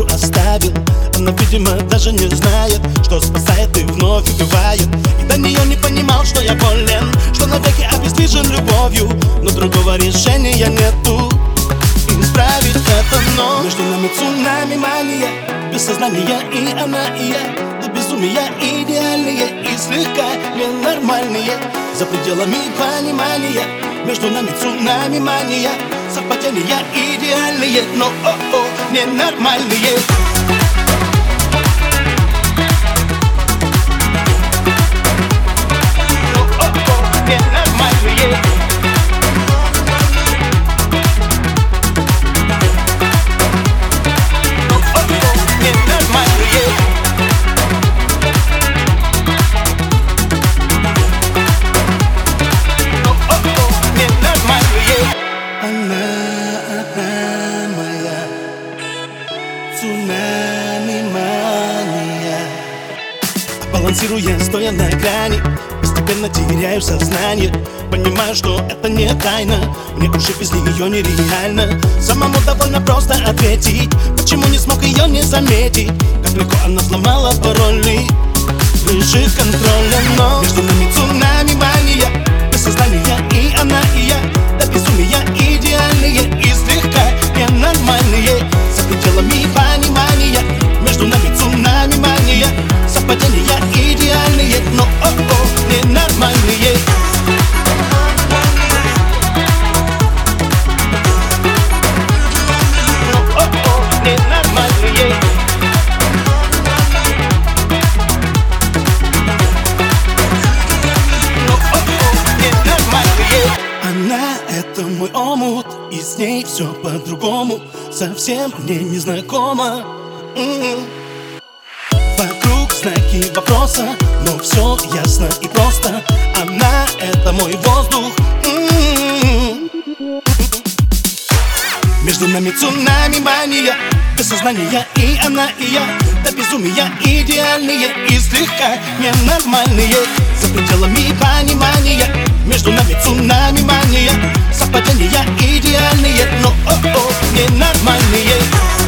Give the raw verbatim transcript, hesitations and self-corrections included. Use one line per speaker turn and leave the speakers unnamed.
душу оставил. Она, видимо, даже не знает, что спасает и вновь убивает. И до нее не понимал, что я болен, что навеки обездвижен любовью. Но другого решения нету исправить это, но между нами цунами мания, без сознания и она, и я. До безумия идеальные и слегка ненормальные, за пределами понимания. Между нами цунами мания, совпадения идеальные, но о-о, ненормальные. Но о-о, ненормальные. Балансируя, стоя на грани, постепенно теряю сознание. Понимаю, что это не тайна, мне уже без нее нереально. Самому довольно просто ответить, почему не смог ее не заметить. Как легко она взломала пароли, лишив контроля. Но между нами цунами мания, без сознания и она, и я. До безумия идеальные и слегка ненормальные, за пределами понимания. Между нами цунами мания, совпадения идеальные, но о-о, ненормальные. Но о-о, ненормальные. Но о-о, ненормальные. Она — это мой омут, и с ней все по-другому, совсем мне незнакомо. Mm-hmm. Вокруг знаки вопроса, но все ясно и просто. Она — это мой воздух. Mm-hmm. Между нами цунами мания, без сознания и она, и я. До безумия идеальные и слегка ненормальные, за пределами понимания. Между нами цунами мания, совпадения идеальные, но о-о, ненормальные.